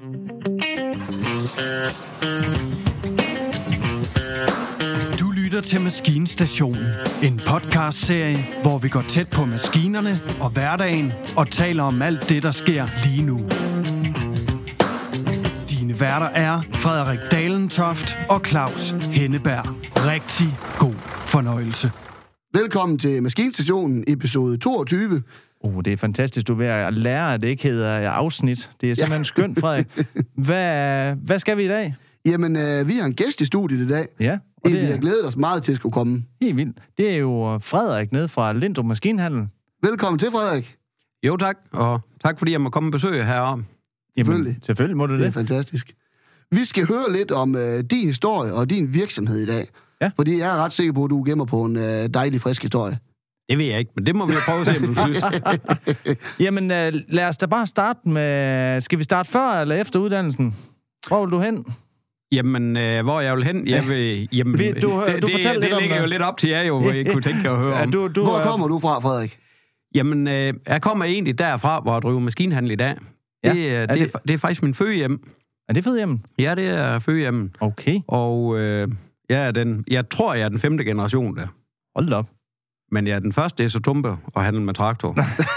Du lytter til Maskinstationen, en podcastserie, hvor vi går tæt på maskinerne og hverdagen og taler om alt det, der sker lige nu. Dine værter er Frederik Dalentoft og Claus Henneberg. Rigtig god fornøjelse. Velkommen til Maskinstationen, episode 22. Det er fantastisk, du er ved at lære, at det ikke hedder afsnit. Det er simpelthen skønt, Frederik. Hvad skal vi i dag? Jamen, vi har en gæst i studiet i dag. Ja. Og vi har glædet os meget til at skulle komme. Helt vildt. Det er jo Frederik nede fra Lindrup Maskinhandel. Velkommen til, Frederik. Jo, tak. Og tak, fordi jeg må komme og besøge heroppe. Selvfølgelig må du det. Det er fantastisk. Vi skal høre lidt om din historie og din virksomhed i dag. Ja. Fordi jeg er ret sikker på, at du gemmer på en dejlig, frisk historie. Det ved jeg ikke, men det må vi jo prøve at se, om du synes. Jamen, lad os da bare starte med... Skal vi starte før eller efter uddannelsen? Hvor vil du hen? Jamen, hvor jeg vil hen? Jeg vil, jamen, du fortæller lidt om ligger jo lidt op til jer, jo, hvor I kunne tænke at høre om. Hvor kommer du fra, Frederik? Jamen, jeg kommer egentlig derfra, hvor jeg driver maskinhandel i dag. Ja. Det er faktisk min fødehjem. Er det fødehjem? Ja, det er fødehjemmet. Okay. Og jeg tror, jeg er den 5. generation der. Hold da op. Men jeg er den første, det er så tumpe og handle med traktor.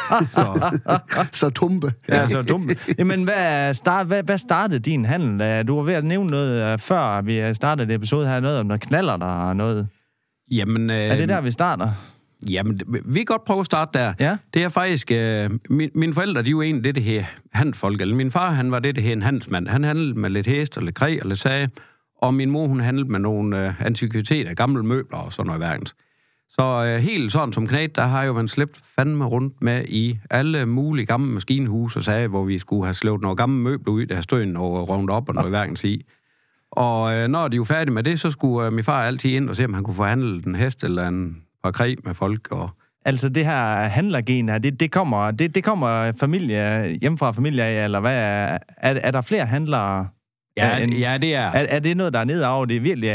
Så tumpe. Ja, så tumpe. Jamen, hvad startede din handel? Du var ved at nævne noget, før vi startede episode her, noget om noget knaller der og noget. Jamen, er det der, vi starter? Jamen, vi kan godt prøve at starte der. Ja. Det er faktisk... mine forældre, de er jo egentlig det her handelsfolk. Eller min far, han var det her en handelsmand. Han handlede med lidt hest og lidt kræ og lidt sage. Og min mor, hun handlede med nogle antikviteter, gamle møbler og sådan noget værkens. Så helt sådan som knæt, der har jo man slæbt fandme rundt med i alle mulige gamle maskinhuse og sager, hvor vi skulle have slået nogle gamle møbler ud, der stod og rundt op og noget værkens i. Og når de var færdige med det, så skulle min far altid ind og se, om han kunne forhandle en hest eller en par kræ med folk. Og... Altså det her handlergen her, det kommer familie hjem fra familie af, eller hvad er der flere handlere? Ja, det er. Er det noget, der er nedarvet? Det er virkelig...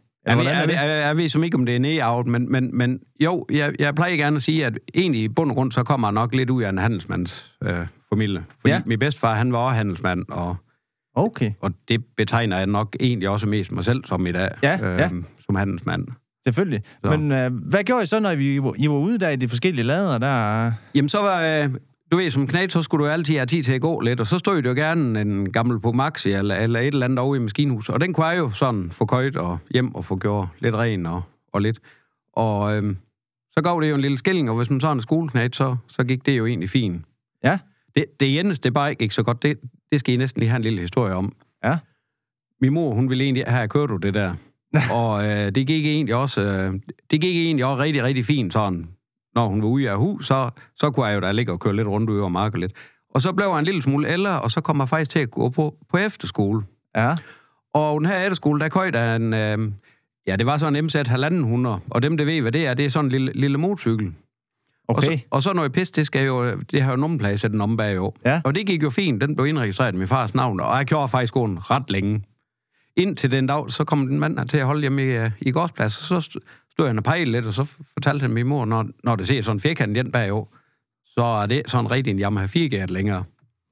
Jeg ved som ikke, om det er nedarvet, men jo, jeg plejer gerne at sige, at egentlig i bund og grund, så kommer jeg nok lidt ud af en handelsmands familie. Fordi min bedstefar, han var også handelsmand, og det betegner jeg nok egentlig også mest mig selv som i dag, som handelsmand. Selvfølgelig. Så. Men hvad gjorde I så, når I var ude der i de forskellige lader der? Jamen, så var... Du ved, som knæt, så skulle du altid have tid til at gå lidt, og så stod det jo gerne en gammel på Maxi eller et eller andet over i maskinhus. Og den kunne jeg jo sådan få køjt og hjem og få gjort lidt ren og lidt. Og så gav det jo en lille skilling, og hvis man sådan en skoleknæt, så gik det jo egentlig fint. Ja. Det eneste, det bare ikke så godt, det skal I næsten lige have en lille historie om. Ja. Min mor, hun ville egentlig have kørt det der. Og det gik egentlig også rigtig, rigtig fint sådan. Når hun var ude af hus, så kunne jeg jo da ligge og køre lidt rundt ud og marker lidt. Og så blev jeg en lille smule ældre, og så kom jeg faktisk til at gå på efterskole. Ja. Og den her efterskole, der køjte jeg en... det var sådan en MZ 1.500, og dem, der ved, hvad det er sådan en lille motorcykel. Okay. Og så noget pis, det har jo nummerplade sætte den om bagå. Ja. Og det gik jo fint, den blev indregistreret med min fars navn, og jeg gjorde faktisk gåen ret længe. Indtil den dag, så kom den mand til at holde hjemme i gårdsplads, og så stod han og pejlede lidt, og så fortalte han min mor, når det ser sådan en firkant igen bagå, så er det sådan rigtig en Yamaha 4G længere.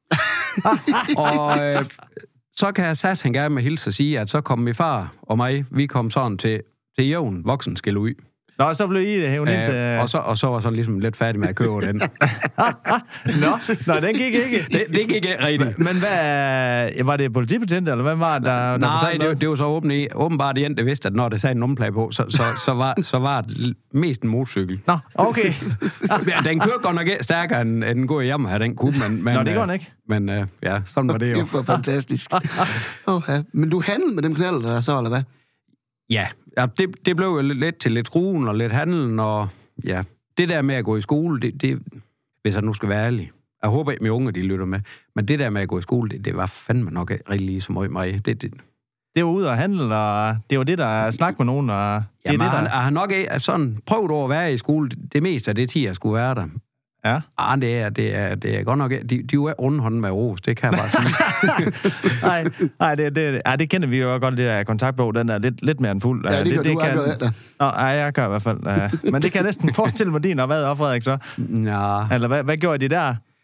Og så kan jeg han gerne med hilse at sige, at så kom min far og mig, vi kom sådan til jævn voksenskil ud. Nå, så blev I det hævnet. Og så var sådan ligesom lidt færdig med at købe den. Nå, den gik ikke. Det gik ikke rigtigt. Men hvad, var det politibetjent, eller hvad var der? Nej, det var så åbenbart igen, det vidste, at når det sagde en nummerplade på, så var det mest en motorcykel. Nå, okay. Den kørte godt nok stærkere, end den går hjemme her, den kunne. Men, Nå, det går den ikke. Men sådan var det jo. Det var fantastisk. Men du handlede med dem knaller der så, eller hvad? Ja, det blev jo lidt til lidt skruen og lidt handelen, og ja, det der med at gå i skole, det hvis jeg nu skal være ærlig, jeg håber ikke, mine unge, de lytter med, men det der med at gå i skole, det var fandme nok rigtig lige så mig. Det var ud og handle, og det var det, der snak med nogen, og jeg har nok sådan prøvet over at være i skole, det meste af det tid, jeg skulle være der. Ja. Det er godt nok... De er jo rundhånden med ros, det kan jeg bare sige. Nej, det kender vi jo godt, det der kontaktbog, den er lidt mere end fuld. Ja, det gør du. Nej, jeg gør i hvert fald. Men det kan jeg næsten forestille mig din, og hvad er Frederik så? Ja. Eller hvad gjorde de der?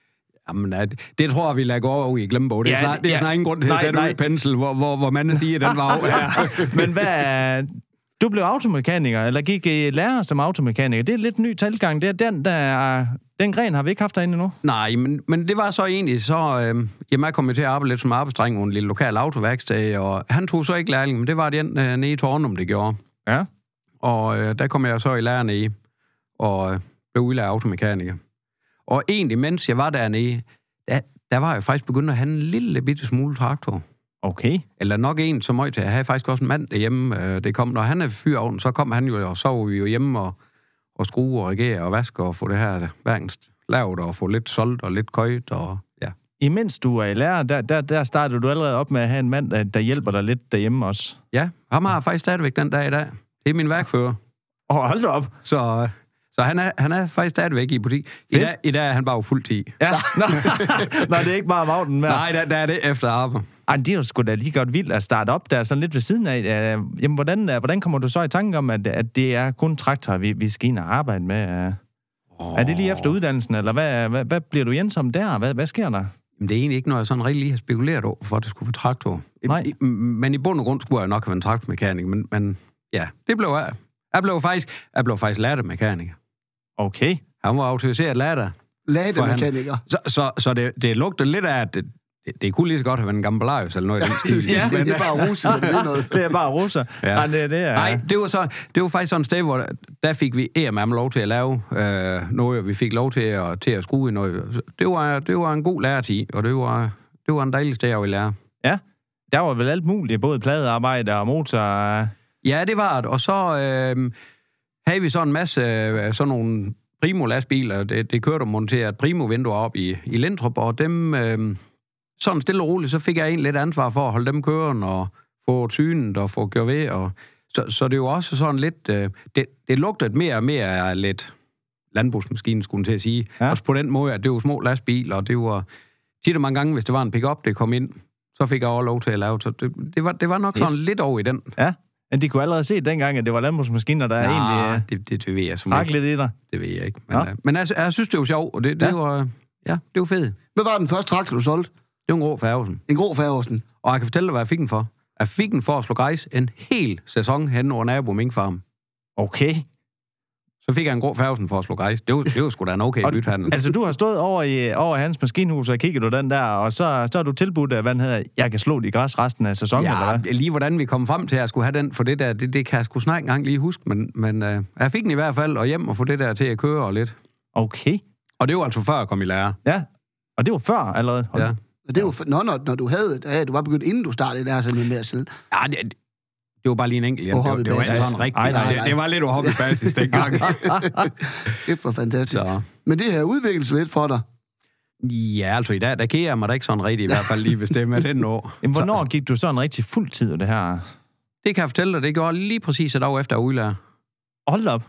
Jamen, det tror jeg, vi lader gå over i glemmebog. Det er snart ingen grund til at sætte ud i pensel, hvor man siger, den var over. Men hvad... Du blev automekaniker, eller gik i lærer som automekaniker. Det er lidt ny tilgang. Det er den gren har vi ikke haft derinde endnu. Nej, men det var så egentlig så... jeg kom til at arbejde lidt som arbejdsdreng på en lille lokal autoværksted, og han tog så ikke lærling, men det var den nede i Tornum, det gjorde. Ja. Og der kom jeg så i lære nede, og blev udlært automekaniker. Og egentlig, mens jeg var dernede, der var jeg faktisk begyndt at have en lille bitte smule traktor. Okay. Eller nok en så meget til. Jeg havde faktisk også en mand derhjemme. Det kom, når han er fyravn, så kom han jo, og så var vi jo hjemme og skrue og regere og vaske og få det her værkens lavet og få lidt solgt og lidt køjt og ja. Imens du er i lærer, der startede du allerede op med at have en mand, der hjælper dig lidt derhjemme også. Ja, ham har faktisk stadigvæk den dag i dag. Det er min værkfører. Hold da op. Så han er faktisk stadigvæk i butik. I dag er han bare fuld 10. Ja. Nå, det er ikke bare vagten mere. Nej, der er det efter arbejde. Ej, det er jo sgu da lige godt vildt at starte op der, sådan lidt ved siden af. Jamen, hvordan kommer du så i tanke om, at det er kun traktorer, vi skal ind og arbejde med? Er det lige efter uddannelsen, eller hvad bliver du ensom der? Hvad sker der? Det er egentlig ikke noget, jeg sådan rigtig lige har spekuleret over, for at det skulle være traktor. Nej. Men i bund og grund skulle jeg nok have været en traktormekaniker, men ja, det blev jeg. Jeg blev faktisk lattermekaniker. Okay. Han var autoriseret latter. Lattermekaniker. Så det lugter lidt af, at det kunne lige så godt have været en gammel Larius eller noget i den stil. Ja, det er bare russer, det er noget. Det er bare russer. Ja. Nej, det var faktisk sådan et sted, hvor der fik vi lov til at lave noget, og vi fik lov til at skrue i noget. Det var en god læretid, og det var en dejlig sted, jeg ville lære. Ja, der var vel alt muligt, både pladearbejde og motor. Ja, det var det. Og så havde vi så en masse sådan nogle Primo-lastbiler. Det kørte og monteret Primo-vinduer op i Lintrup, og dem... sådan stille og roligt, så fik jeg egentlig lidt ansvar for at holde dem kørende og få synet og få gjort ved. Og så det er jo også sådan lidt... Det lugtede mere og mere af lidt landbrugsmaskinen, skulle man til at sige. Ja. Også på den måde, at det var små lastbiler, og det var tit og mange gange, hvis det var en pick-up, det kom ind, så fik jeg også lov til at lave. Så det var nok sådan lidt over i den. Ja, men de kunne allerede se dengang, at det var landbrugsmaskiner, der egentlig... Det ved jeg som lidt i dig. Det ved jeg ikke. Men jeg synes, det var sjovt, og det var fedt. Hvad var den første traktor, du solgte? Det var en grå Færgesen. En grå Færgesen. Og jeg kan fortælle dig, hvad jeg fik den for. Jeg fik den for at slå græs en hel sæson hen over nabo minkfarm. Okay. Så fik jeg en grå Færgesen for at slå græs. Det var sgu da en okay bythandel. Altså, du har stået over hans maskinhus, og kigger du den der, og så har du tilbudt, hvad den hedder, jeg kan slå de græs resten af sæsonen, eller hvad? Lige hvordan vi kom frem til, at jeg skulle have den for det der, det kan jeg sgu snart engang lige huske, men jeg fik den i hvert fald, og hjem og få det der til at køre og lidt. Okay. Og det var altså før jeg kom i lære. Ja, og det var før allerede. Ja. Og det var når du havde, du var begyndt, inden du startede der, så lidt mere selv. Ja, det var bare lige en enkelt. Det var ikke sådan rigtigt. Nej. Det var lidt hobbybasis dengang. Det var fantastisk. Så. Men det har udviklet sig lidt for dig. Ja, altså i dag, der kærer jeg mig da ikke sådan rigtigt, i hvert fald lige bestemme den år. Jamen, hvornår gik du sådan rigtig fuld tid af det her? Det kan jeg fortælle dig, det gjorde lige præcis et år efter at udlære. Hold op.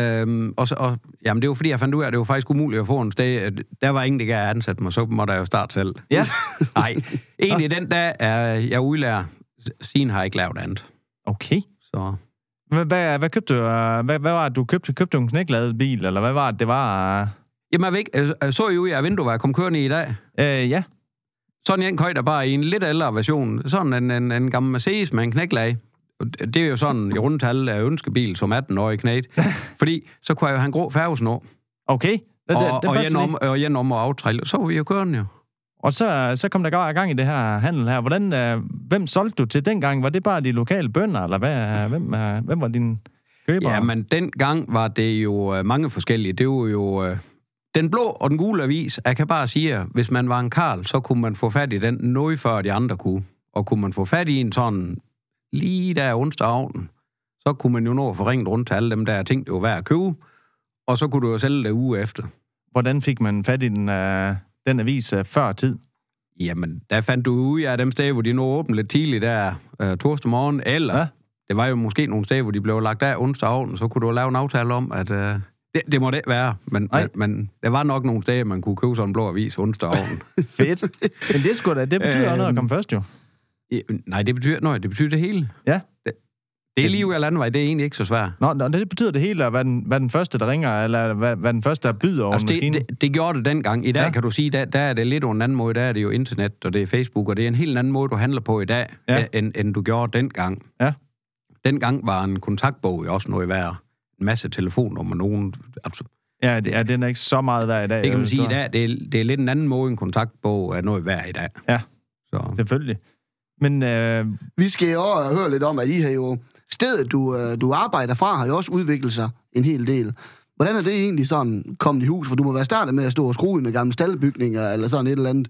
Jamen det var fordi, jeg fandt ud af, at det var faktisk umuligt at få en sted. Der var ingen, der gav ansat mig, så måtte jeg jo starte selv. Ja. Nej, egentlig den dag er jeg udlærer. Siden har jeg ikke lavet andet. Okay. Så. Hvad købte du? Hvad var det, du købte? Købte du en knækladet bil, eller hvad var det var? Jamen jeg ved ikke, så I ud af vinduet, hvad jeg kom kørende i dag? Ja. Sådan en køj, der bare i en lidt ældre version. Sådan en gammel Mercedes med en knæklag. Det er jo sådan i rundtal af ønskebil som 18-årig knægt. Fordi så kunne jeg jo have en grå Færgesen over. Okay. Og igen om at aftrælle. Så var vi jo kørende jo. Og så kom der gang i det her handel her. Hvem solgte du til dengang? Var det bare de lokale bønder, eller hvem var din køber? Ja, men dengang var det jo mange forskellige. Det var jo den blå og den gule avis. Jeg kan bare sige, at hvis man var en karl, så kunne man få fat i den noget før de andre kunne. Og kunne man få fat i en sådan lige der onsdag aften, så kunne man jo nå at få ringet rundt til alle dem, der ting, det var værd at købe, og så kunne du jo sælge det uge efter. Hvordan fik man fat i den avis før tid? Jamen, der fandt du ud af dem steder, hvor de nå åbent lidt tidligt der torsdag morgen, eller det var jo måske nogle steder, hvor de blev lagt af onsdag aften, så kunne du lave en aftale om, at det må det være, men der var nok nogle steder, man kunne købe sådan en blå avis onsdag aften. Fedt. Men det betyder noget at komme først jo. Nej, det betyder det hele. Ja. Det er lige ud af landvej, det er egentlig ikke så svært. Nå, det betyder det hele at være den første, der ringer, eller hvad den første, der byder over maskinen? Det gjorde det dengang. I dag kan du sige, der er det lidt på en anden måde. Der er det jo internet, og det er Facebook, og det er en helt anden måde, du handler på i dag, end du gjorde dengang. Ja. Dengang var en kontaktbog jo også noget værd. En masse telefonnummer, nogen... Altså, den er ikke så meget værd i dag. Det kan man sige i dag. Det er lidt en anden måde, en kontaktbog er noget værd i dag. Ja, så. Selvfølgelig. Men... Vi skal jo høre lidt om, at I har jo... Stedet, du arbejder fra, har jo også udviklet sig en hel del. Hvordan er det egentlig sådan kommet i hus? For du må være startet med at stå og skrue i med gamle staldbygninger, eller sådan et eller andet.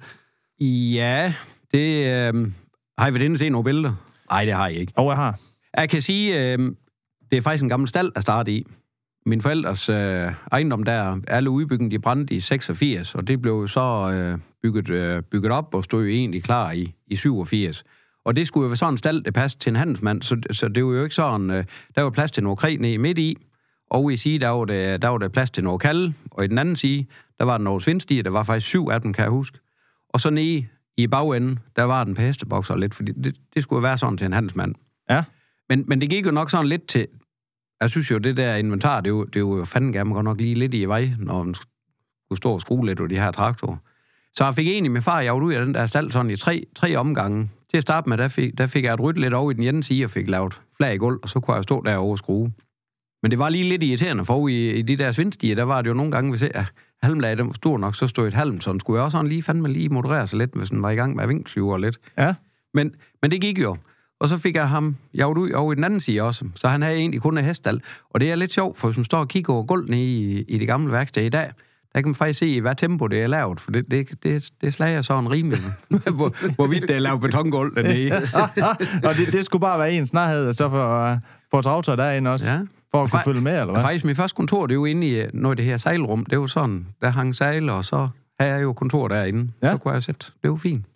Ja, det... har I været inde og se nogle billeder? Nej, det har I ikke. Jeg har. Jeg kan sige, det er faktisk en gammel stald at starte i. Min forældres ejendom der, alle udbygningen, de brændte i 86, og det blev så bygget op og stod jo egentlig klar i 87. Og det skulle jo være sådan en stald, det passede til en handelsmand, så det var jo ikke sådan, der var plads til noget kræ nede midt i, og i side, der var der plads til noget kalde, og i den anden side, der var der noget svindstiger, der var faktisk 7 af dem, kan jeg huske. Og så nede i bagenden, der var den på hestebokser lidt, fordi det skulle være sådan til en handelsmand. Ja. Men det gik jo nok sådan lidt til, jeg synes jo, det der inventar, det er jo fanden gerne godt nok lige lidt i vej, når man skulle stå og skrue lidt af de her traktorer. Så jeg fik egentlig med far jaget ud af den der stald sådan i tre omgange. Til at starte med, der fik jeg et ryddet lidt over i den ene side, og fik lavet flag i gulv, og så kunne jeg stå derovre og skrue. Men det var lige lidt irriterende, for i de der svindstiger, der var det jo nogle gange, hvis halmlaget den var stor nok, så stod et halm, så den skulle jeg også sådan lige moderere sig lidt, hvis den var i gang med at vinkflyve lidt. Ja. Men det gik jo. Og så fik jeg ham jaget ud over i den anden side også, så han havde egentlig kun et heststald. Og det er lidt sjovt, for hvis man står og kigger over gulvene i det gamle værksted i dag, der kan man faktisk se, hvad tempo det er lavet, for det slager sådan rimeligt, hvorvidt det er lavet betongulv dernede. Og det skulle bare være ens nærhed, så for traktor derinde også, for at kunne følge med, eller hvad? Faktisk, mit første kontor, det er jo inde i noget af det her sejlrum, det er jo sådan, der hang sejl, og så havde jeg jo kontor derinde. Ja. Så kunne jeg sætte, det var fint.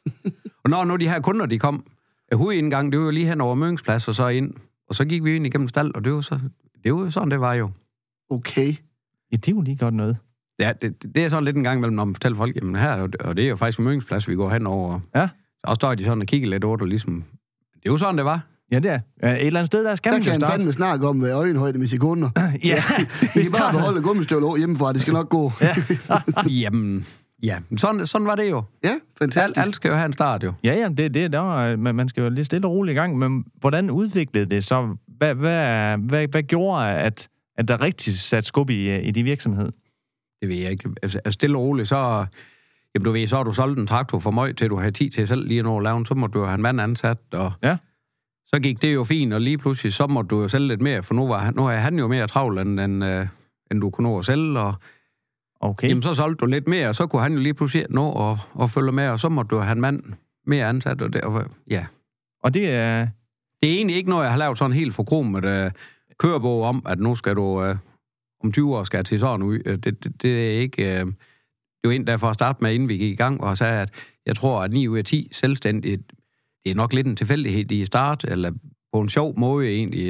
Og når de her kunder, de kom, hovedindgang, det var jo lige hen over Møngsplads, og så ind, og så gik vi ind igennem stald, og det var jo sådan, det var jo. Okay. Ja, det er jo lige godt noget. Ja, det er sådan lidt en gang imellem, når man fortæller folk, jamen her, og det er jo faktisk Møngsplads, vi går hen over. Ja. Så står de sådan og kigger lidt over, og ligesom, det er jo sådan, det var. Ja, det er. Et eller andet sted, der skal man jo starte. Der kan han fandme snakke om øjenhøjde med sekunder. Ja. Vi kan bare beholde gummistøvler hjemmefra, det skal nok gå. Ja. Jamen, ja, sådan var det jo. Ja, fantastisk. Alt skal jo have en start, jo. Ja, man skal jo lige stille og roligt i gang. Men hvordan udviklede det så? Hvad gjorde, at der rigtig satte skub i de virksomhed? Det ved jeg ikke. Altså, stille og roligt, så... Jamen, du ved, så har du solgt en traktor for mig, til du har tid til selv lige at nå at lave den, så må du have en mand ansat, og... Ja. Så gik det jo fint, og lige pludselig, så må du jo sælge lidt mere, for nu er han jo mere travl, end du kunne nå at sælge, og... Okay. Jamen, så solgte du lidt mere, og så kunne han jo lige pludselig nå at følge med, og så må du have en mand mere ansat, og ja. Og det er... Det er egentlig ikke noget, jeg har lavet sådan helt forkromet kørebog om, at nu skal du... om 20 år skal jeg til sådan ud. Det er ikke... det er jo en, der for at starte med, inden vi gik i gang, og sagde, at jeg tror, at 9 ud af 10 selvstændigt, det er nok lidt en tilfældighed i start, eller på en sjov måde egentlig.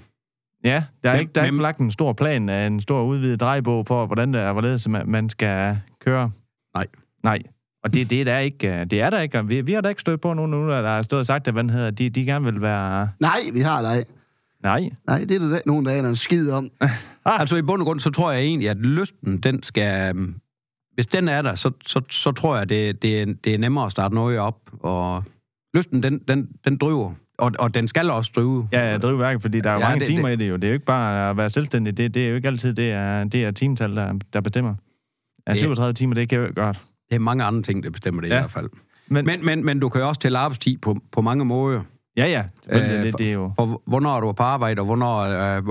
Ja, der er ikke lagt en stor plan af en stor udvidet drejebog på, hvordan det er, hvorledes man skal køre. Nej. Og det er der ikke. Det er der ikke. Vi har da ikke stødt på nogen nu, der har stået og sagt, at de gerne vil være... Nej, vi har dig. Nej, det er der nogen, der er en skid om. Altså i bund og grund, så tror jeg egentlig, at lysten, den skal... Hvis den er der, så tror jeg, det er nemmere at starte noget op. Og lysten, den driver. Og den skal også drive. Ja, drive værket, fordi der er jo mange timer i det jo. Det er jo ikke bare at være selvstændig. Det er jo ikke altid, det er timetal, der bestemmer. 37 timer, det kan jo godt. Det er mange andre ting, der bestemmer det i hvert fald. Men du kan jo også tælle arbejdstid på mange måder. Ja. Det er jo... For hvornår er du på arbejde, og hvornår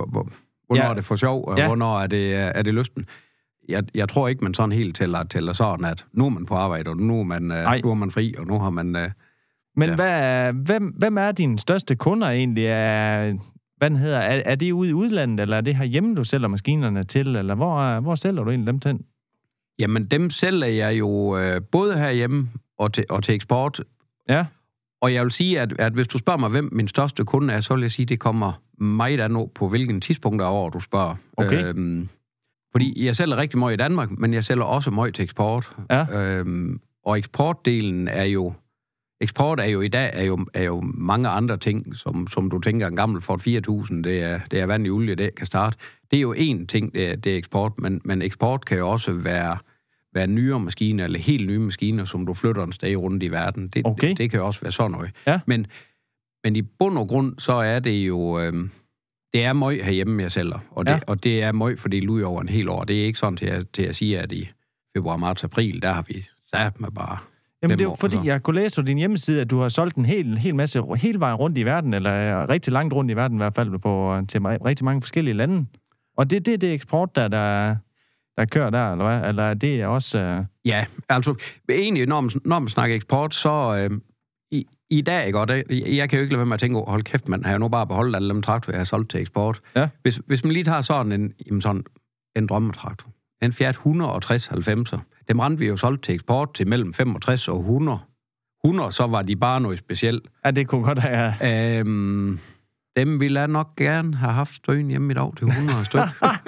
er det for sjov, og hvornår er det lysten. Jeg tror ikke, man sådan helt tæller sådan, at nu er man på arbejde, og nu er man fri, og nu har man... Men hvem er dine største kunder egentlig? Er det ude i udlandet, eller er det herhjemme, du sælger maskinerne til, eller hvor sælger du egentlig dem til? Jamen, dem sælger jeg jo både herhjemme og til eksport. Ja. Og jeg vil sige, at hvis du spørger mig, hvem min største kunde er, så vil jeg sige, at det kommer meget an på, hvilken tidspunkt af år du spørger. Okay. Fordi jeg sælger rigtig meget i Danmark, men jeg sælger også meget til eksport. Ja. Og eksportdelen er jo... eksport er jo i dag er jo mange andre ting, som du tænker, en gammel Ford 4000, det er vand i olie, det kan starte. Det er jo én ting, det er eksport, men eksport kan jo også være nyere maskiner, eller helt nye maskiner, som du flytter en sted rundt i verden. Det kan jo også være sådan noget. Ja. Men i bund og grund, så er det jo... det er møg herhjemme, jeg sælger. Og det er møg fordelt ud over en hel år. Det er ikke sådan til at sige, at i februar, marts, april, der har vi sat med bare... Jamen det er jo fordi, jeg kunne læse på din hjemmeside, at du har solgt en hel masse hele vejen rundt i verden, eller rigtig langt rundt i verden i hvert fald, til rigtig mange forskellige lande. Og det er eksport, der kører der, eller hvad? Eller det er også... Ja, altså egentlig, når man snakker eksport, så... I dag, ikke? Og jeg kan jo ikke lade være med at tænke, hold kæft, man har jo nu bare beholdt alle dem traktorer, jeg har solgt til eksport. Ja. Hvis man lige tager sådan en drømmetraktor, en Fiat 160 90'er, dem rendte vi jo solgt til eksport til mellem 65 og 100. 100, så var de bare noget specielt. Ja, det kunne godt have. Dem ville jeg nok gerne have haft støjen hjemme i dag til 100 styk.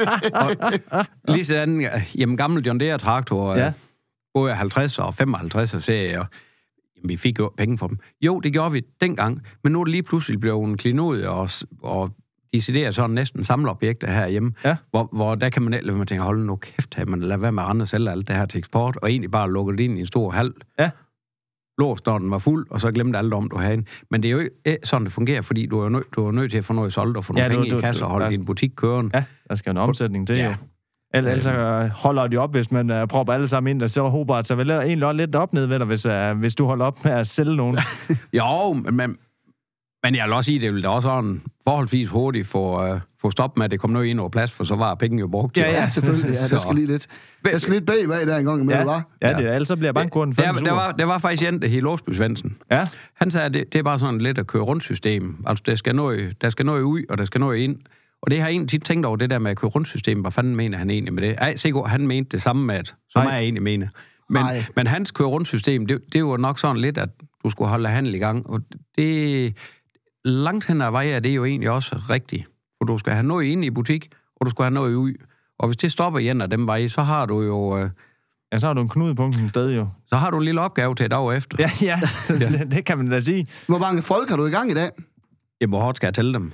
Og lige sådan, gammel John Deere traktor, både 50 og 55 serie, og vi fik jo penge for dem. Jo, det gjorde vi dengang, men nu er det lige pludselig blevet en klinod, og deciderer sådan næsten samleobjekter herhjemme, hvor der kan man tænke, hold nu kæft, man lader være med at rende og sælge alt det her til eksport, og egentlig bare lukke det ind i en stor hal. Ja. Låst, når den var fuld, og så glemte alt om, du havde en. Men det er jo ikke sådan, det fungerer, fordi du er nødt til at få noget solgt, og få nogle penge i kasse, og holde din butik kørende. Ja, der skal en omsætning til, jo. Ellers holder de op, hvis man propper alle sammen ind, og så håber at så vil egentlig også lidt op ned ved dig, hvis du holder op med at sælge nogen. Jo, men jeg vil også sige, det vil da også sådan forholdsvis hurtigt få stop med, at det kommer noget ind over plads, for så var pengene jo brugt. Ja, selvfølgelig. Ja, der skal lige lidt. Der skal lidt bagved der en gang med, var. Ja, ellers så bliver bankkunden der var faktisk Jente i Låsby Svendsen. Ja. Han sagde, at det er bare sådan lidt at køre rundt system. Altså, der skal noget ud, og der skal noget ind. Og det har jeg egentlig tit tænkt over, det der med at køre rundt system. Hvad fanden mener han egentlig med det? Ej, Sigurd, han mente det samme med, som jeg egentlig mener. Men hans køre rundt system, det var nok sådan lidt, at du skulle holde handel i gang. Og det langt hen ad vej er det jo egentlig også rigtigt. For du skal have noget ind i butik, og du skal have noget ud. Og hvis det stopper igen af dem veje, så har du jo... så har du en knudepunkt et sted jo. Så har du en lille opgave til et dag efter. Ja, det kan man da sige. Hvor mange folk har du i gang i dag? Jamen, hvor hårdt skal jeg tælle dem?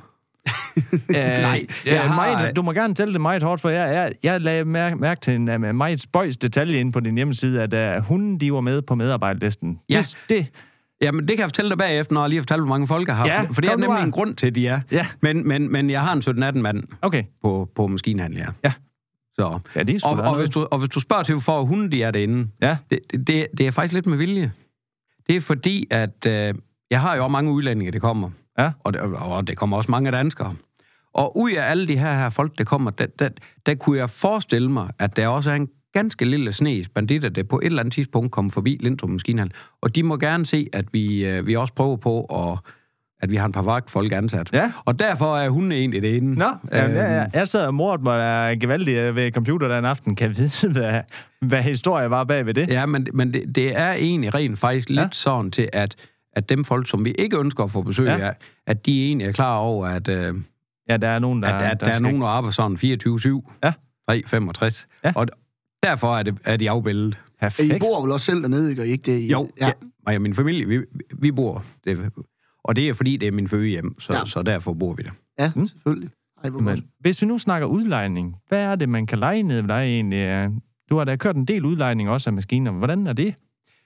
Du må gerne tælle det meget hårdt, for jeg lagde mærke til en meget spøjs detalje inde på din hjemmeside, at hunden, de var med på medarbejderlisten. Ja. Jamen, det kan jeg fortælle dig bagefter, når jeg lige har fortalt, hvor mange folk jeg har. Ja, for det er nemlig en grund til, at de er. Ja. Men jeg har en 17-18 mand på maskinhandel, ja. Så. Ja, det er og hvis du spørger til, hvorfor hunden de er derinde, det er faktisk lidt med vilje. Det er fordi, at jeg har jo også mange udlændinge, det kommer. Ja. Og det kommer også mange danskere. Og ud af alle de her folk, der kommer, der kunne jeg forestille mig, at der også er en ganske lille snes banditter, der på et eller andet tidspunkt kommer forbi Lindtrum Maskinhandel. Og de må gerne se, at vi også prøver på, at vi har en par vagtfolk ansat. Ja. Og derfor er hun egentlig det ene. Nå, jeg sad og mordet mig gevaldigt ved computer den aften. Kan jeg vide, hvad historie var bag ved det? Ja, men det er egentlig rent faktisk lidt sådan til, at dem folk, som vi ikke ønsker at få besøg af, at de egentlig er klar over, at der er nogen, der nogen, der arbejder sådan 24/7, 365. Ja. Og derfor er de afbildet. Perfekt. I bor vel også selv dernede, ikke? Ikke det? Jo, ja. Min familie, vi bor. Og det er fordi, det er min fødehjem, så derfor bor vi der. Ja, selvfølgelig. Men, hvis vi nu snakker udlejning, hvad er det, man kan leje ned ved dig egentlig? Du har da kørt en del udlejning også af maskiner. Hvordan er det?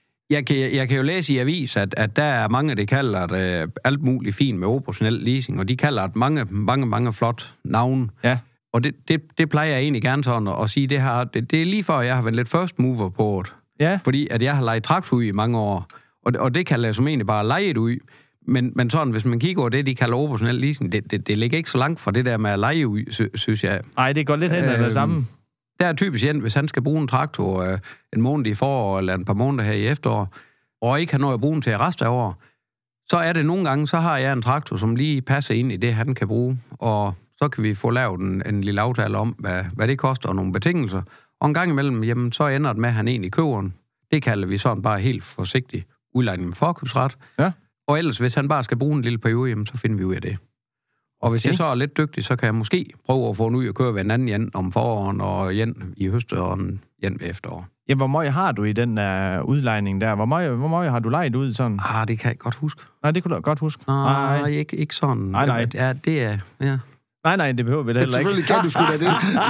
Jeg kan jo læse i avis, at der er mange, der kalder det alt muligt fint med operationel leasing, og de kalder det mange flot navne. Ja. Og det plejer jeg egentlig gerne sådan at sige, det er lige før, jeg har været lidt first mover på det. Ja. Fordi at jeg har lejet traktor ud i mange år, og det kalder jeg som egentlig bare lejet ud. Men sådan, hvis man kigger over det, de kalder operationel leasing, det ligger ikke så langt fra det der med at leje ud, synes jeg. Nej, det går lidt hen ad det samme. Der er typisk igen, hvis han skal bruge en traktor en måned i forår, eller en par måneder her i efterår, og ikke har noget at bruge den til resten af år, så er det nogle gange, så har jeg en traktor, som lige passer ind i det, han kan bruge, og så kan vi få lavet en lille aftale om, hvad det koster, og nogle betingelser. Og en gang imellem, jamen, så ender det med, at han egentlig køber den. Det kalder vi sådan bare helt forsigtigt udlejning med forkøbsret. Ja. Og ellers, hvis han bare skal bruge en lille periode, jamen, så finder vi ud af det. Og hvis jeg så er lidt dygtig, så kan jeg måske prøve at få den ud og køre ved en anden Jan om foråren, og Jan i høstet og en Jan ved efterår. Ja, hvor meget har du i den udlejning der? Hvor meget har du lejet ud sådan? Det kan jeg godt huske. Nej, det kunne du godt huske. Nej. Ikke sådan. Nej. Ja, det er... Ja. Nej, det behøver vi da heller ikke. Selvfølgelig kan du sgu da det.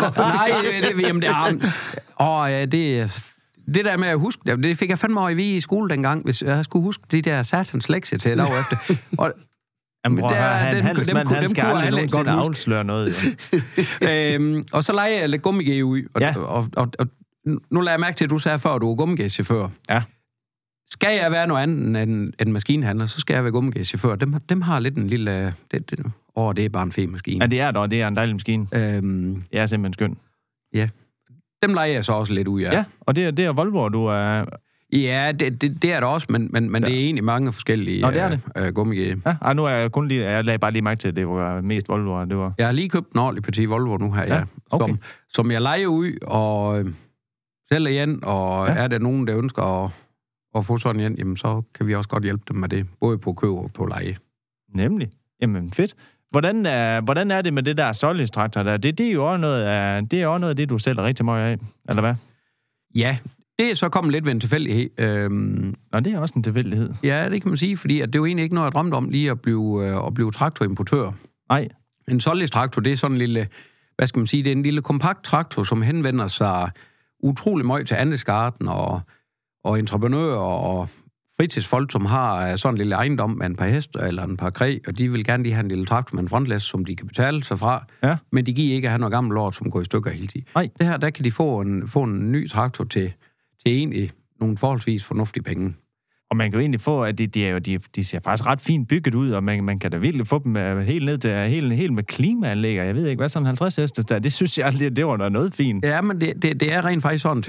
Det der med at huske, det fik jeg fandme over i skole dengang, hvis jeg skulle huske de der satans lektier til dag efter. Og jamen, bror, han handelsmand, han skal aldrig nogensinde afsløre noget. Ja. Og så leger jeg lidt gummigæ ud, og nu lader jeg mærke til, at du sagde før, at du er gummigæ-chauffør. Ja. Skal jeg være noget andet end maskinhandler, så skal jeg være gummigæ-chauffør. Dem har lidt en lille... det er bare en fed maskine. Ja, det er en dejlig maskine. Det er simpelthen skøn. Ja. Dem leger jeg så også lidt ud af. Ja, og det er Volvo, du er... Ja, det er det også, men det er egentlig mange forskellige gummigæ. Ja, nu er jeg kun lige... Jeg lagde bare lige mærke til, at det var mest Volvo. Det var... Jeg har lige købt en ordentlig parti Volvo nu her, ja. Okay. Som jeg leger ud og sælger igen, og er der nogen, der ønsker at få sådan en, jamen så kan vi også godt hjælpe dem med det, både på køb og på leje. Nemlig. Jamen fedt. Hvordan er det med det der Solis-traktor der? Det er jo også noget af det, du sælger rigtig meget af, eller hvad? Ja, det er så kommet lidt ved en tilfældighed. Nå, det er også en tilfældighed. Ja, det kan man sige, fordi at det er jo egentlig ikke noget, jeg drømte om lige at blive traktorimportør. Nej. En Solis-traktor, det er sådan en lille, hvad skal man sige, det er en lille kompakt traktor, som henvender sig utrolig meget til andelsgarden og entreprenører og fritidsfolk, som har sådan en lille ejendom med en par hester eller en par kræ, og de vil gerne lige have en lille traktor med en frontlæs, som de kan betale sig fra, men de giver ikke at have noget gammelt lort, som går i stykker hele tiden. Nej. Det her, der kan de få en ny traktor til egentlig nogle forholdsvis fornuftige penge. Og man kan jo egentlig få, at de ser faktisk ret fint bygget ud, og man kan da virkelig få dem helt ned til helt med klimaanlæg, jeg ved ikke, hvad sådan en 50 heste der, det synes jeg, det var noget fint. Ja, men det er rent faktisk sådan til,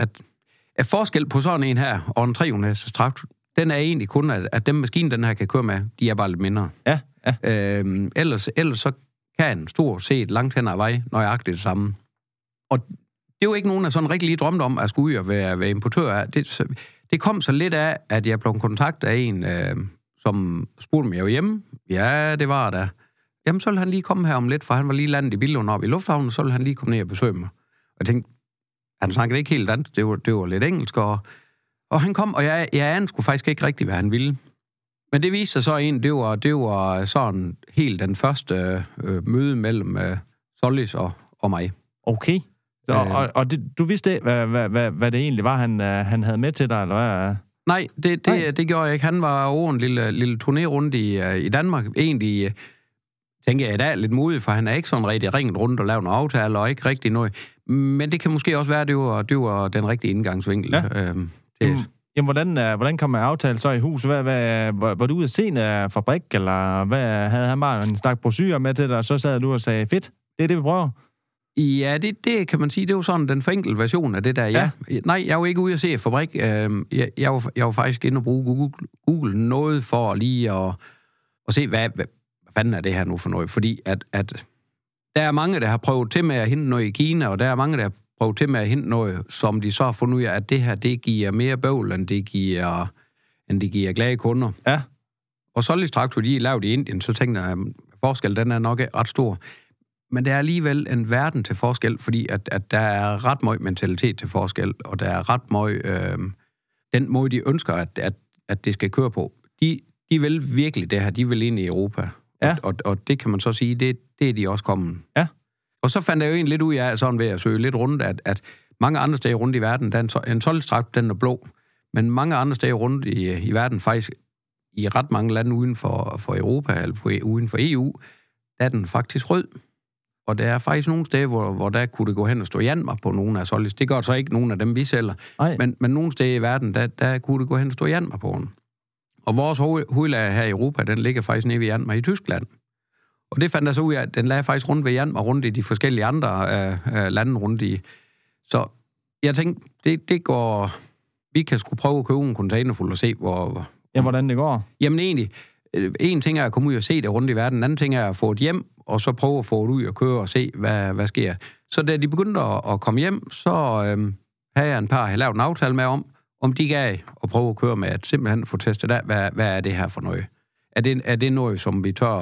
at forskel på sådan en her, og en 300 hestes traktor, den er egentlig kun, at den maskine, den her kan køre med, de er bare lidt mindre. Ja. Ellers så kan en stor set langt hen ad vej nøjagtigt det samme. Og det er jo ikke nogen, der sådan rigtig lige drømte om at skulle ud og være importør af. Det kom så lidt af, at jeg blev kontaktet af en, som spurgte mig jo hjemme. Ja, det var der. Jamen, så ville han lige komme her om lidt, for han var lige landet i Billund op i lufthavnen, så ville han lige komme ned og besøge mig. Og jeg tænkte, han snakkede ikke helt dansk, det var lidt engelsk, og han kom, og jeg anede sgu faktisk ikke rigtigt, hvad han ville. Men det viste sig så det var sådan helt den første møde mellem Solis og mig. Okay. Og du vidste ikke, hvad det egentlig var, han havde med til dig, eller hvad? Nej, det gjorde jeg ikke. Han var over en lille turné rundt i Danmark. Egentlig tænker jeg i dag lidt modig, for han er ikke sådan rigtig ringet rundt og lavet nogle aftaler, og ikke rigtig noget. Men det kan måske også være, at det var den rigtige indgangsvinkel. Ja. Jamen, hvordan kom man aftale så i hus? Var du ude at se en fabrik, eller hvad, havde han bare en stak brosyrer med til dig, og så sad du og sagde, fedt, det er det, vi prøver? Ja, det kan man sige, det er jo sådan den forenkelte version af det der, ja. Nej, jeg var ikke ude at se fabrik. Jeg var faktisk inde og bruge Google noget for lige at se, hvad fanden er det her nu for noget? Fordi at der er mange, der har prøvet til med at hente noget i Kina, og der er mange, der har prøvet til med at hente noget, som de så har fundet ud af, at det her, det giver mere bøvl, end det giver glade kunder. Ja. Og Solis traktor, de er lavet i Indien, så tænkte jeg, at forskellen, den er nok ret stor. Men der er alligevel en verden til forskel, fordi at der er ret meget mentalitet til forskel, og der er ret meget den måde, de ønsker, at det skal køre på. De vil virkelig det her, de vil ind i Europa. Ja. Og det kan man så sige, det er de også kommet. Ja. Og så fandt jeg jo egentlig lidt ud af, sådan ved at søge lidt rundt, at mange andre steder rundt i verden, en Solis-traktor, den er blå, men mange andre steder rundt i verden, faktisk i ret mange lande uden for Europa, eller uden for EU, der er den faktisk rød. Og der er faktisk nogle steder, hvor der kunne det gå hen og stå Janmar på nogle af Solis. Det gør så ikke nogen af dem, vi sælger. Men nogle steder i verden, der kunne det gå hen og stå Janmar på den. Og vores hovedlager her i Europa, den ligger faktisk nede ved Janmar i Tyskland. Og det fandt jeg så ud af, at den lagde faktisk rundt ved Janmar, rundt i de forskellige andre lande rundt i. Så jeg tænkte, det går... Vi kan sgu prøve at købe en container fuld og se, hvordan det går. Jamen egentlig, en ting er at komme ud og se det rundt i verden, en anden ting er at få et hjem, og så prøve at få det ud og køre og se, hvad sker. Så da de begyndte at komme hjem, så havde jeg en par, jeg lavet en aftale med om de gav at prøve at køre med, at simpelthen få testet af, hvad er det her for noget? Er det noget, som vi tør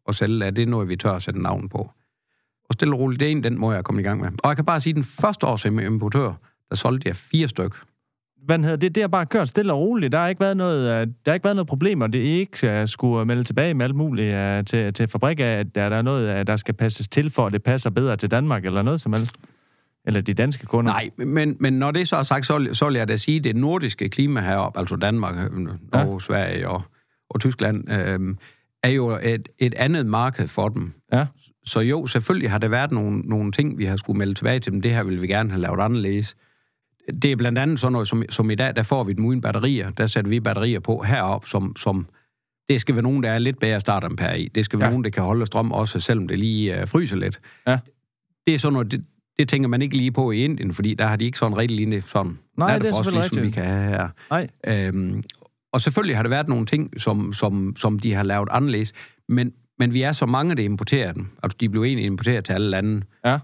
at sælge, det er noget, vi tør at sætte navn på. Og stille og roligt, det er den måde, jeg er kommet i gang med. Og jeg kan bare sige, at den første år som importør, der solgte jeg 4 styk. Hvad hedder det? Det har bare kørt stille og roligt. Der har ikke været noget problemer. Det er ikke skulle melde tilbage med alt muligt til fabrikker, at der er noget, der skal passes til, for at det passer bedre til Danmark, eller noget som helst. Eller de danske kunder. Nej, men når det så er sagt, så vil jeg da sige, at det nordiske klima heroppe, altså Danmark, Norge, Sverige og Tyskland, er jo et andet marked for dem. Ja. Så jo, selvfølgelig har der været nogle ting, vi har skulle melde tilbage til dem. Det her vil vi gerne have lavet anderledes. Det er blandt andet sådan noget, som i dag, der får vi dem uden batterier. Der sætter vi batterier på heroppe, som det skal være nogen, der er lidt bedre startampere i. Det skal være nogen, der kan holde strøm også, selvom det lige fryser lidt. Ja. Det er sådan noget, det tænker man ikke lige på i Indien, fordi der har de ikke sådan rigtig lignende sådan. Nej, det er selvfølgelig rigtigt. Som vi kan have her. Nej. Og selvfølgelig har der været nogle ting, som de har lavet anderledes, men vi er så mange, der importerer dem. Altså, de blev egentlig importeret til alle lande. Ja.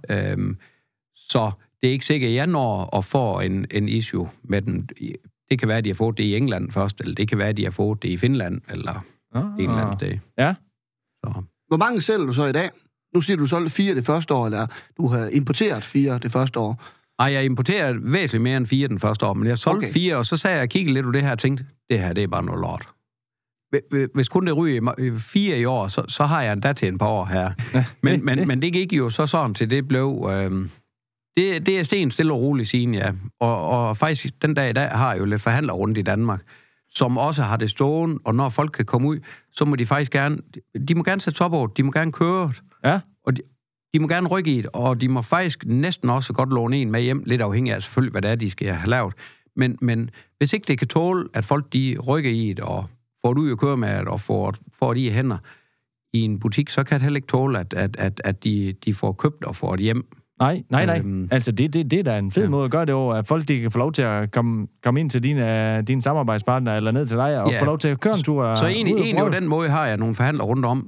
Så det er ikke sikkert, at jeg når at få en issue med den. Det kan være, at de har fået det i England først, eller det kan være, at de har fået det i Finland, eller en eller anden sted. Ja. Så. Hvor mange sælger du så i dag? Nu siger du solgte 4 det første år, eller du har importeret 4 det første år? Nej, jeg importerede væsentligt mere end 4 den første år, men jeg solgte 4, og så sagde jeg og kiggede lidt på det her og tænkte, det her, det er bare noget lort. Hvis kun det ryger 4 i år, så har jeg endda til en par år her. Men det gik jo så sådan til, det blev... Det er sten stille og roligt siden, ja. Og faktisk den dag i dag har jeg jo lidt forhandler rundt i Danmark, som også har det stående, og når folk kan komme ud, så må de faktisk gerne... De må gerne sætte top over, de må gerne køre. Ja. Og de må gerne rykke i det, og de må faktisk næsten også godt låne en med hjem, lidt afhængig af selvfølgelig, hvad det er, de skal have lavet. Men hvis ikke det kan tåle, at folk de rykker i det, og får det ud at køre med det, og får det i hænder i en butik, så kan det heller ikke tåle, at de får købt og får det hjem. Nej. Altså, det er da en fed måde at gøre det over, at folk de kan få lov til at komme ind til dine samarbejdspartnere, eller ned til dig, og få lov til at køre en tur. Så egentlig på den måde har jeg nogle forhandlere rundt om,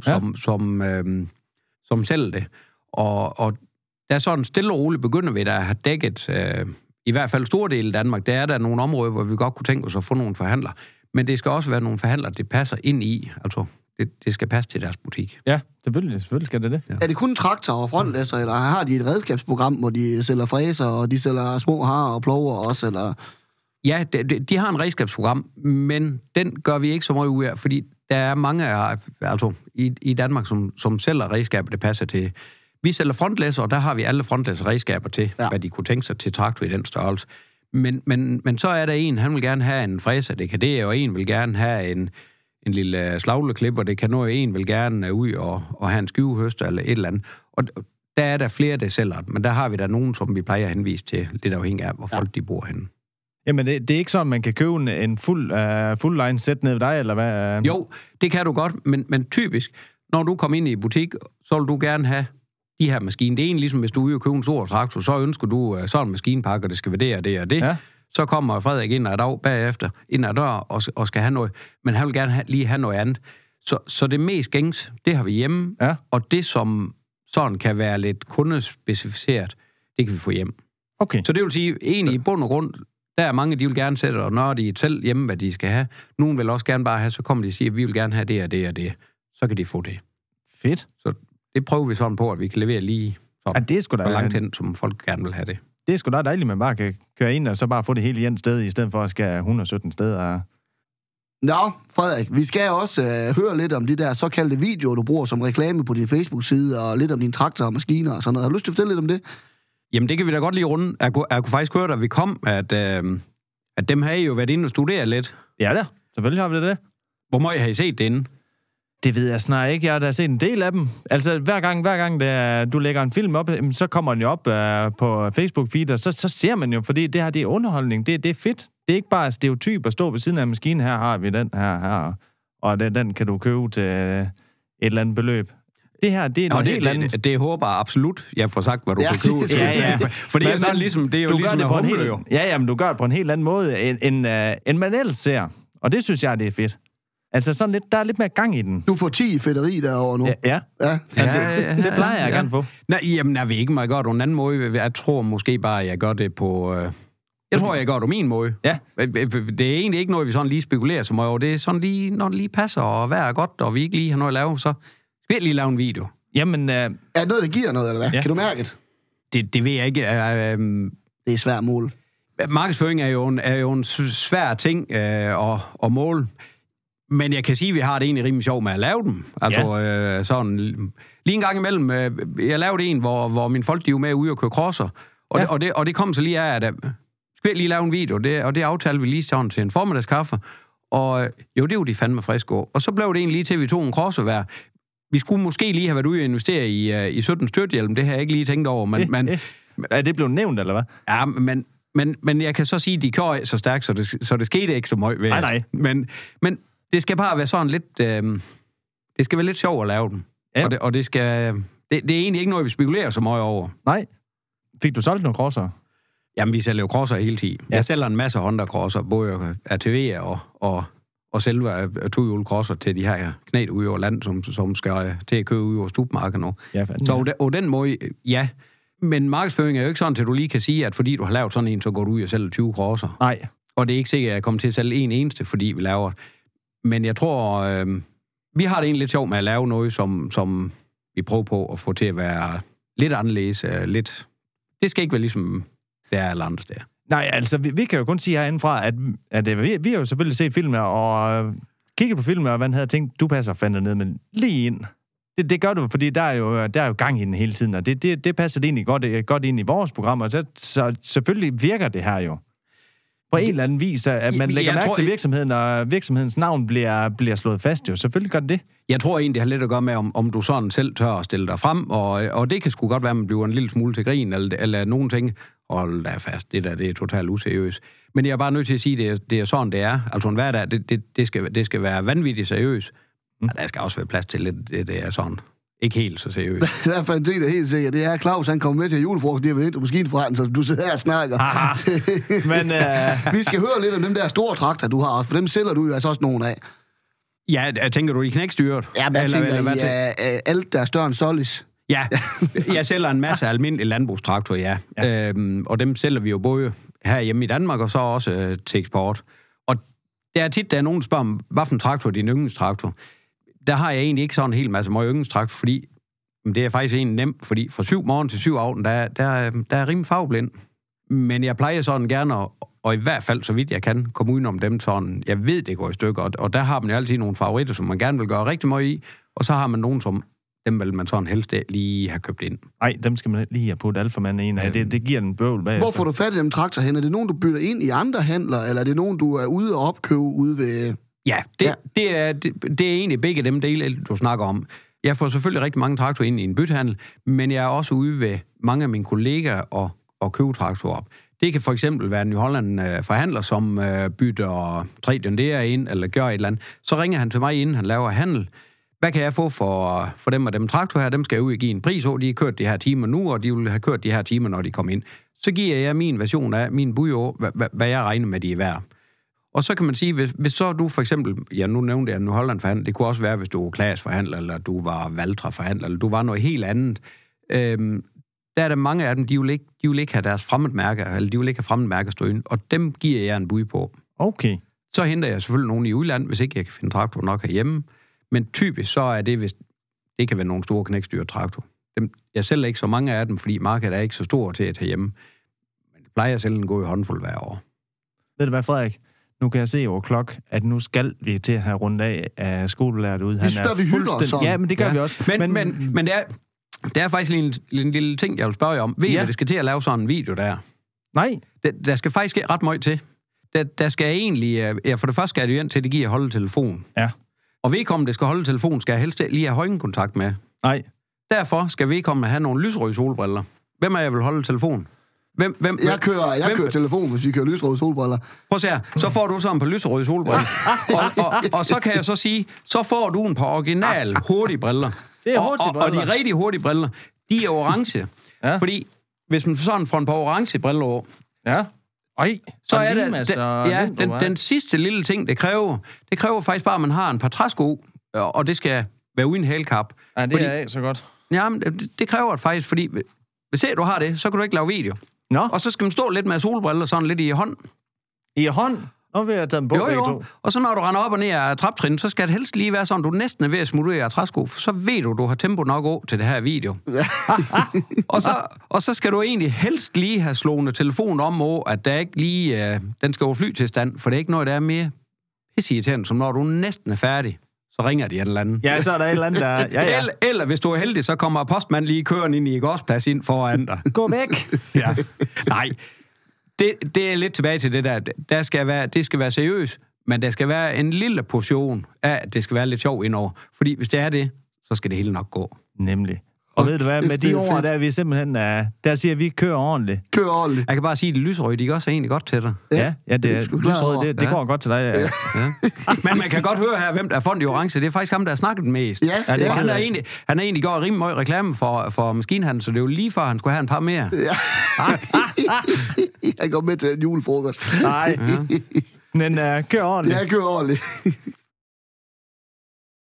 som sælger det. Og der er sådan stille og roligt begynder vi, der har dækket, i hvert fald store dele af Danmark, der er der nogle områder, hvor vi godt kunne tænke os at få nogle forhandlere. Men det skal også være nogle forhandlere, det passer ind i, altså det skal passe til deres butik. Ja, selvfølgelig skal det. Ja. Er det kun traktorer og frontlæsser, eller har de et redskabsprogram, hvor de sælger fræser, og de sælger små har og plover også, eller? Ja, de har en redskabsprogram, men den gør vi ikke så meget ud af, fordi der er mange altså i Danmark, som sælger redskaber, det passer til. Vi sælger frontlæsser, og der har vi alle frontlæsserredskaber til, hvad de kunne tænke sig til traktor i den størrelse. Men så er der en, han vil gerne have en fræser, det kan det, og en vil gerne have en lille slagleklipper, det kan noget, en vil gerne ud og have en skivehøster eller et eller andet. Og der er der flere, der sælger det, men der har vi der nogen, som vi plejer at henvise til, lidt afhængig af, hvor folk de bor henne. Jamen, det er ikke sådan, man kan købe en fuld line sæt ned ved dig, eller hvad? Jo, det kan du godt, men typisk, når du kommer ind i butik, så vil du gerne have de her maskiner. Det er egentlig ligesom, hvis du er ude og købe en stor traktor, så ønsker du sådan en maskinepakke, og det skal være det og det og det. Ja. Så kommer Frederik ind ad dag bagefter, ind ad dør, og skal have noget. Men han vil gerne lige have noget andet. Så det mest gængs, det har vi hjemme. Ja. Og det, som sådan kan være lidt kundespecificeret, det kan vi få hjem. Okay. Så det vil sige, egentlig i bund og grund, der er mange, de vil gerne sætte, og når de selv hjemme, hvad de skal have. Nogen vil også gerne bare have, så kommer de og siger, at vi vil gerne have det og det og det. Så kan de få det. Fedt. Så det prøver vi sådan på, at vi kan levere lige sådan, det er sgu da langt hen, som folk gerne vil have det. Det er sgu da dejligt, at man bare kan køre ind og så bare få det hele i et sted, i stedet for at skal 117 steder. Nå, Frederik, vi skal også høre lidt om de der såkaldte videoer, du bruger som reklame på din Facebook-side, og lidt om dine traktorer og maskiner og sådan noget. Har du lyst til at fortælle lidt om det? Jamen, det kan vi da godt lige runde. Jeg kunne faktisk høre, da vi kom, at dem har I jo været inde og studere lidt. Ja da, selvfølgelig har vi det. Hvor meget har I set det inde? Det ved jeg snart ikke. Jeg har da set en del af dem. Altså, hver gang du lægger en film op, så kommer den jo op på Facebook-feed, og så ser man jo, fordi det her, det er underholdning. Det er fedt. Det er ikke bare stereotyp at stå ved siden af maskinen. Her har vi den her, og den kan du købe til et eller andet beløb. Det her, det er noget helt andet. Det håber jeg absolut, jeg får sagt, hvad du kan købe. Ja. Fordi det er ligesom, det er jo ligesom en humle, jo. Ja, men du gør det på en helt anden måde, end man ellers ser. Og det synes jeg, det er fedt. Altså sådan lidt, der er lidt mere gang i den. Du får 10 fedteri derovre nu. Ja. Det plejer jeg gerne få. Nej, jamen, jeg vil ikke meget gøre det på en anden måde. Jeg tror måske bare, at jeg gør det på... Jeg tror, jeg gør det på min måde. Ja. Det er egentlig ikke noget, vi sådan lige spekulerer så meget over. Det er sådan lige, når det lige passer, og vejr er godt, og vi ikke lige har noget at lave, så skal skal lige lave en video. Jamen... Er det noget, der giver noget, eller hvad? Ja. Kan du mærke det? Det ved jeg ikke. Det er svært mål. Markedsføring er jo en svær ting at måle. Men jeg kan sige, at vi har det egentlig rimelig sjovt med at lave dem. Altså sådan... Lige en gang imellem, jeg lavede en, hvor mine folk, de er med ude og køre crosser. Og det kom så lige af, at skal vi lige lave en video, og det aftalte vi lige sådan til en formiddagskaffe. Og jo, det er jo de fandme friske år. Og så blev det egentlig lige til, at vi tog en crosser hver. Vi skulle måske lige have været ude og investere i 17 styrthjelm. Det har jeg ikke lige tænkt over. Men er det blevet nævnt, eller hvad? Ja, men jeg kan så sige, at de kører ikke så stærkt, så det skete ikke så meget ved. Nej. Men det skal bare være sådan lidt... det skal være lidt sjovt at lave dem. Ja. Og det skal... Det er egentlig ikke noget, vi spekulerer så meget over. Nej. Fik du solgt nogle crosser? Jamen, vi sælger jo crosser hele tiden. Ja. Jeg sælger en masse Honda-crosser, både ATV'er og selve tohjul crosser til de her knæt ude over land, som skal til at køre ude over stubmarker nu. Ja, så på den måde, ja. Men markedsføring er jo ikke sådan, at du lige kan sige, at fordi du har lavet sådan en, så går du ud og sælger 20 crosser. Nej. Og det er ikke sikkert, at jeg kommer til at sælge en eneste, fordi vi laver. Men jeg tror, vi har det egentlig lidt sjovt med at lave noget, som vi prøver på at få til at være lidt anderledes. Lidt. Det skal ikke være ligesom det er alle andre steder. Nej, altså, vi kan jo kun sige herindefra, at vi har jo selvfølgelig set filmer, og kigget på filmer, og man havde tænkt, du passer fandme ned, men lige ind. Det gør du, fordi der er jo gang i den hele tiden, og det passer det egentlig godt ind i vores programmer, så selvfølgelig virker det her jo. På en eller anden vis, at man lægger mærke til virksomheden, og virksomhedens navn bliver slået fast jo. Selvfølgelig gør det. Jeg tror egentlig, det har lidt at gøre med, om du sådan selv tør at stille dig frem, og det kan sgu godt være, at man bliver en lille smule til grin, eller nogen ting. Hold da fast, det er totalt useriøst. Men jeg er bare nødt til at sige, at det er sådan, det er. Altså en hverdag, det skal være vanvittigt seriøst. Ja, der skal også være plads til lidt, det er sådan. Ikke helt så seriøst. I hvert fald en ting, der er helt sikkert, det er, Claus, han kommer med til julefrokost, de har været ind til maskinforretningen, så du sidder her og snakker. Men vi skal høre lidt om dem der store traktorer, du har også, for dem sælger du jo altså også nogle af. Ja, tænker du i knækstyret? Ja, men jeg tænker alt, der er større end Solis. Ja, jeg sælger en masse almindelige landbrugstraktorer, ja. Og dem sælger vi jo både her hjemme i Danmark, og så også til eksport. Og der er nogen, der spørger, hvad for en traktor er din yndlingstraktor? Der har jeg egentlig ikke sådan en hel masse meget yndlingstraktor, fordi det er faktisk egentlig nemt, fordi fra 7 morgen til 7 aften, der er rimelig farveblind. Men jeg plejer sådan gerne, og i hvert fald, så vidt jeg kan, komme udenom dem sådan, jeg ved, det går i stykker, og der har man jo altid nogle favoritter, som man gerne vil gøre rigtig meget i, og så har man nogen, som dem vil man sådan helst lige have købt ind. Nej, dem skal man lige have puttet alfamand ind af. Det giver en bøvl bagefter. Hvor får du fat i dem traktor hen? Er det nogen, du bytter ind i andre handler, eller er det nogen, du er ude og opkøbe ude ved... Ja, det er egentlig begge dem dele, du snakker om. Jeg får selvfølgelig rigtig mange traktorer ind i en byttehandel, men jeg er også ude ved mange af mine kollegaer og købe traktorer op. Det kan for eksempel være en New Holland forhandler, som bytter 3 John Deere ind, eller gør et eller andet. Så ringer han til mig, inden han laver handel. Hvad kan jeg få for dem og dem traktorer her? Dem skal jeg ud og give en pris over. De har kørt de her timer nu, og de vil have kørt de her timer, når de kommer ind. Så giver jeg min version af min bud over, hvad jeg regner med, de er værd. Og så kan man sige, hvis så du for eksempel, ja, nu nævnte jeg New Holland forhandler, det kunne også være, hvis du var Klaas forhandler, eller du var Valtra forhandler, eller du var noget helt andet. Der er der mange af dem, de vil ikke have deres fremmedmærker, eller de vil ikke have fremmedmærker stående, og dem giver jeg en bud på. Okay. Så henter jeg selvfølgelig nogen i udlandet, hvis ikke jeg kan finde traktor nok herhjemme. Men typisk så er det, hvis det kan være nogle store knækstyre traktor. Jeg sælger ikke så mange af dem, fordi markedet er ikke så stort til at tage hjemme. Men det plejer jeg selv en god håndfuld hver år. Ved du hvad, Frederik? Nu kan jeg se over klok, at nu skal vi til at have rundt af skolelært ud. Det spørger vi hygger Ja, men det gør vi også. Men det er faktisk en lille ting, jeg vil spørge jer om. Ved I, hvad det skal til at lave sådan en video der? Nej. Der skal faktisk ret meget til. Der skal egentlig... for det første skal det jo ind til, at det giver at holde telefon. Ja. Og vedkommende, der skal holde telefon, skal jeg helst lige have højdenkontakt med. Nej. Derfor skal vedkommende have nogle lysrøde solbriller. Hvem er jeg vil holde telefon? Jeg kører telefon, hvis I kører lysrøde solbriller. Prøv at se her. Så får du sådan på lysrøde solbriller. og så kan jeg så sige, så får du en par original hurtige briller. Det er hurtige briller. Og de rigtig hurtige briller, de er orange. Ja. Fordi hvis man sådan får en par orange briller over, ja. Så er det den sidste lille ting, det kræver faktisk bare, at man har en par træsko, og det skal være uden hælkap. Ja, det er så godt. Jamen, det kræver det faktisk, fordi hvis du har det, så kan du ikke lave video. Nå. Og så skal man stå lidt med solbriller sådan lidt i hånd. I hånd? Nu vil jeg tage dem på begge to. Og så når du render op og ned af traptrin, så skal det helst lige være sådan, du næsten er ved at smutte ud af træsko, for så ved du har tempo nok over til det her video. og så skal du egentlig helst lige have slået telefonen om over, at der ikke lige, den skal over flytilstand, for det er ikke noget, der er mere pisseirriterende, som når du næsten er færdig. Så ringer de et eller andet. Ja, så er der et eller andet, der... Ja. Eller hvis du er heldig, så kommer postmanden lige kørende ind i gårdsplads ind foran dig. Gå væk! Ja. Nej, det er lidt tilbage til det der. Det skal være seriøst, men der skal være en lille portion af, at det skal være lidt sjov indover. Fordi hvis det er det, så skal det hele nok gå. Nemlig. Og ved du hvad, med de ord, der er vi simpelthen... der siger vi, kører ordentligt. Kør ordentligt. Jeg kan bare sige, at det lysrøde, de gør så egentlig godt til dig. Ja, det lysrøde, det går godt til dig. Ja. Men man kan godt høre her, hvem der er fond i orange. Det er faktisk ham, der har snakket mest. Ja, det han er egentlig gjort rimelig meget reklame for maskinhandel, så det er jo lige før, han skulle have en par mere. Ja. Jeg går med til en julefrokost. Nej. Men kør ordentligt. Ja, kør ordentligt.